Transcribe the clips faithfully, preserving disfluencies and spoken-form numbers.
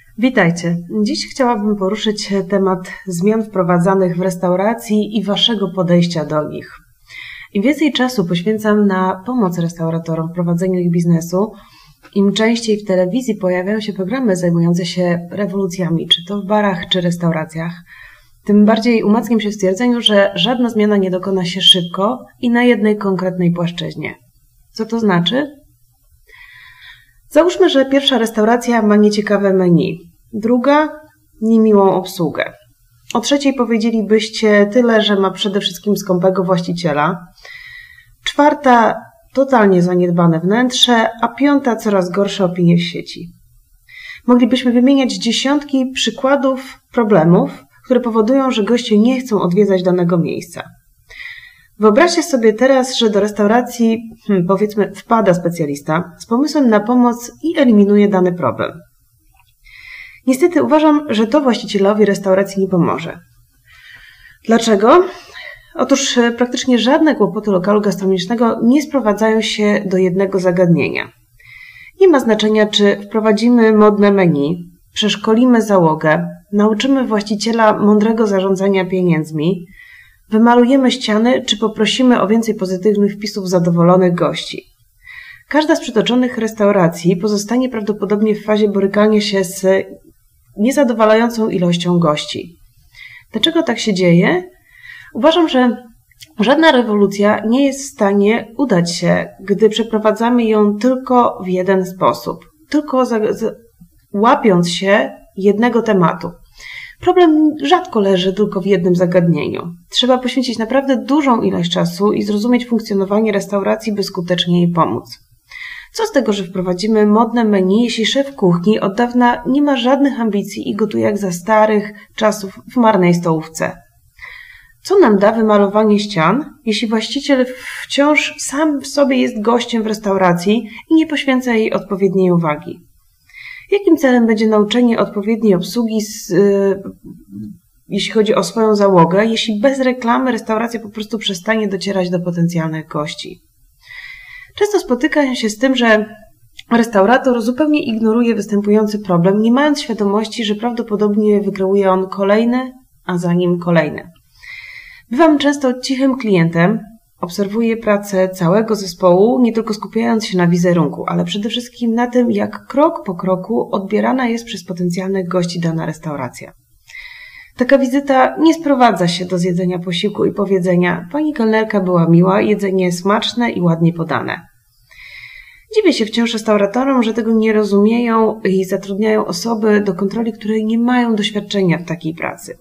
Witajcie. Dziś chciałabym poruszyć temat zmian wprowadzanych w restauracji i Waszego podejścia do nich. Im więcej czasu poświęcam na pomoc restauratorom w prowadzeniu ich biznesu, im częściej w telewizji pojawiają się programy zajmujące się rewolucjami, czy to w barach, czy restauracjach, tym bardziej umacniam się w stwierdzeniu, że żadna zmiana nie dokona się szybko i na jednej konkretnej płaszczyźnie. Co to znaczy? Załóżmy, że pierwsza restauracja ma nieciekawe menu, druga niemiłą obsługę. O trzeciej powiedzielibyście tyle, że ma przede wszystkim skąpego właściciela, czwarta totalnie zaniedbane wnętrze, a piąta coraz gorsze opinie w sieci. Moglibyśmy wymieniać dziesiątki przykładów problemów, które powodują, że goście nie chcą odwiedzać danego miejsca. Wyobraźcie sobie teraz, że do restauracji, hmm, powiedzmy, wpada specjalista z pomysłem na pomoc i eliminuje dany problem. Niestety uważam, że to właścicielowi restauracji nie pomoże. Dlaczego? Otóż praktycznie żadne kłopoty lokalu gastronomicznego nie sprowadzają się do jednego zagadnienia. Nie ma znaczenia, czy wprowadzimy modne menu, przeszkolimy załogę, nauczymy właściciela mądrego zarządzania pieniędzmi, wymalujemy ściany, czy poprosimy o więcej pozytywnych wpisów zadowolonych gości. Każda z przytoczonych restauracji pozostanie prawdopodobnie w fazie borykania się z niezadowalającą ilością gości. Dlaczego tak się dzieje? Uważam, że żadna rewolucja nie jest w stanie udać się, gdy przeprowadzamy ją tylko w jeden sposób, tylko za, za, łapiąc się jednego tematu. Problem rzadko leży tylko w jednym zagadnieniu. Trzeba poświęcić naprawdę dużą ilość czasu i zrozumieć funkcjonowanie restauracji, by skutecznie jej pomóc. Co z tego, że wprowadzimy modne menu, jeśli szef kuchni od dawna nie ma żadnych ambicji i gotuje jak za starych czasów w marnej stołówce? Co nam da wymalowanie ścian, jeśli właściciel wciąż sam w sobie jest gościem w restauracji i nie poświęca jej odpowiedniej uwagi? Jakim celem będzie nauczenie odpowiedniej obsługi, z, yy, jeśli chodzi o swoją załogę, jeśli bez reklamy restauracja po prostu przestanie docierać do potencjalnych gości? Często spotykam się z tym, że restaurator zupełnie ignoruje występujący problem, nie mając świadomości, że prawdopodobnie wykreuje on kolejny, a za nim kolejny. Bywam często cichym klientem, obserwuję pracę całego zespołu, nie tylko skupiając się na wizerunku, ale przede wszystkim na tym, jak krok po kroku odbierana jest przez potencjalnych gości dana restauracja. Taka wizyta nie sprowadza się do zjedzenia posiłku i powiedzenia: pani kelnerka była miła, jedzenie smaczne i ładnie podane. Dziwię się wciąż restauratorom, że tego nie rozumieją i zatrudniają osoby do kontroli, które nie mają doświadczenia w takiej pracy.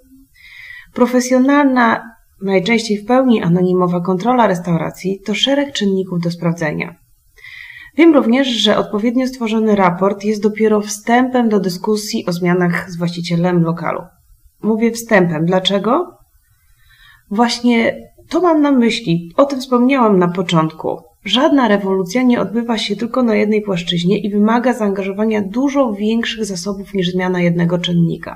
Profesjonalna, najczęściej w pełni anonimowa kontrola restauracji to szereg czynników do sprawdzenia. Wiem również, że odpowiednio stworzony raport jest dopiero wstępem do dyskusji o zmianach z właścicielem lokalu. Mówię wstępem. Dlaczego? Właśnie to mam na myśli. O tym wspomniałam na początku. Żadna rewolucja nie odbywa się tylko na jednej płaszczyźnie i wymaga zaangażowania dużo większych zasobów niż zmiana jednego czynnika.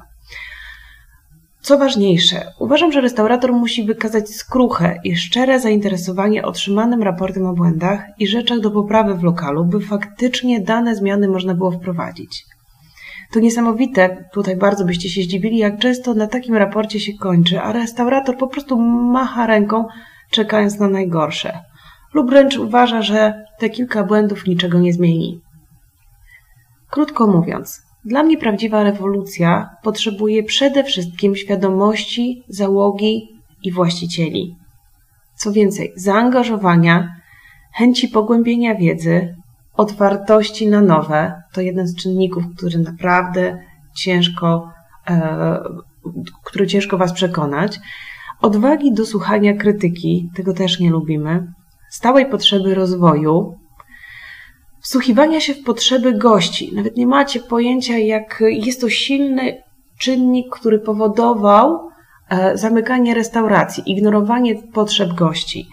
Co ważniejsze, uważam, że restaurator musi wykazać skruchę i szczere zainteresowanie otrzymanym raportem o błędach i rzeczach do poprawy w lokalu, by faktycznie dane zmiany można było wprowadzić. To niesamowite, tutaj bardzo byście się zdziwili, jak często na takim raporcie się kończy, a restaurator po prostu macha ręką, czekając na najgorsze. Lub wręcz uważa, że te kilka błędów niczego nie zmieni. Krótko mówiąc, dla mnie prawdziwa rewolucja potrzebuje przede wszystkim świadomości, załogi i właścicieli. Co więcej, zaangażowania, chęci pogłębienia wiedzy, otwartości na nowe to jeden z czynników, który naprawdę ciężko, e, który ciężko Was przekonać. Odwagi do słuchania krytyki, tego też nie lubimy. Stałej potrzeby rozwoju, wsłuchiwania się w potrzeby gości. Nawet nie macie pojęcia, jak jest to silny czynnik, który powodował e, zamykanie restauracji, ignorowanie potrzeb gości.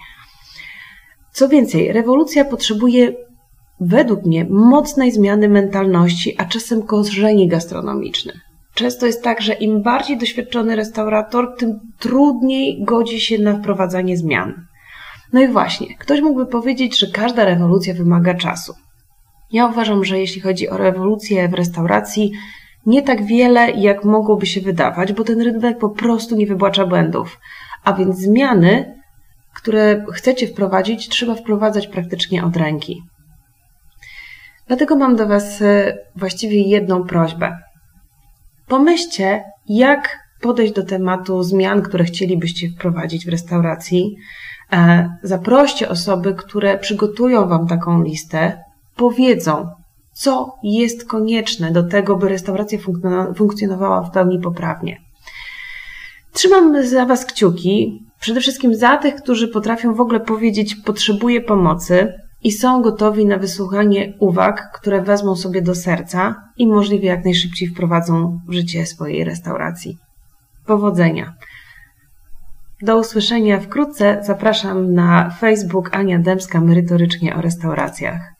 Co więcej, rewolucja potrzebuje według mnie mocnej zmiany mentalności, a czasem korzeni gastronomicznych. Często jest tak, że im bardziej doświadczony restaurator, tym trudniej godzi się na wprowadzanie zmian. No i właśnie, ktoś mógłby powiedzieć, że każda rewolucja wymaga czasu. Ja uważam, że jeśli chodzi o rewolucję w restauracji, Nie tak wiele, jak mogłoby się wydawać, bo ten rynek po prostu nie wybłacza błędów. A więc zmiany, które chcecie wprowadzić, trzeba wprowadzać praktycznie od ręki. Dlatego mam do Was właściwie jedną prośbę. Pomyślcie, jak podejść do tematu zmian, które chcielibyście wprowadzić w restauracji. Zaproście osoby, które przygotują Wam taką listę, powiedzą, co jest konieczne do tego, by restauracja funkcjonowała w pełni poprawnie. Trzymam za Was kciuki, przede wszystkim za tych, którzy potrafią w ogóle powiedzieć, potrzebuję pomocy i są gotowi na wysłuchanie uwag, które wezmą sobie do serca i możliwie jak najszybciej wprowadzą w życie swojej restauracji. Powodzenia! Do usłyszenia wkrótce. Zapraszam na Facebook Ania Dębska merytorycznie o restauracjach.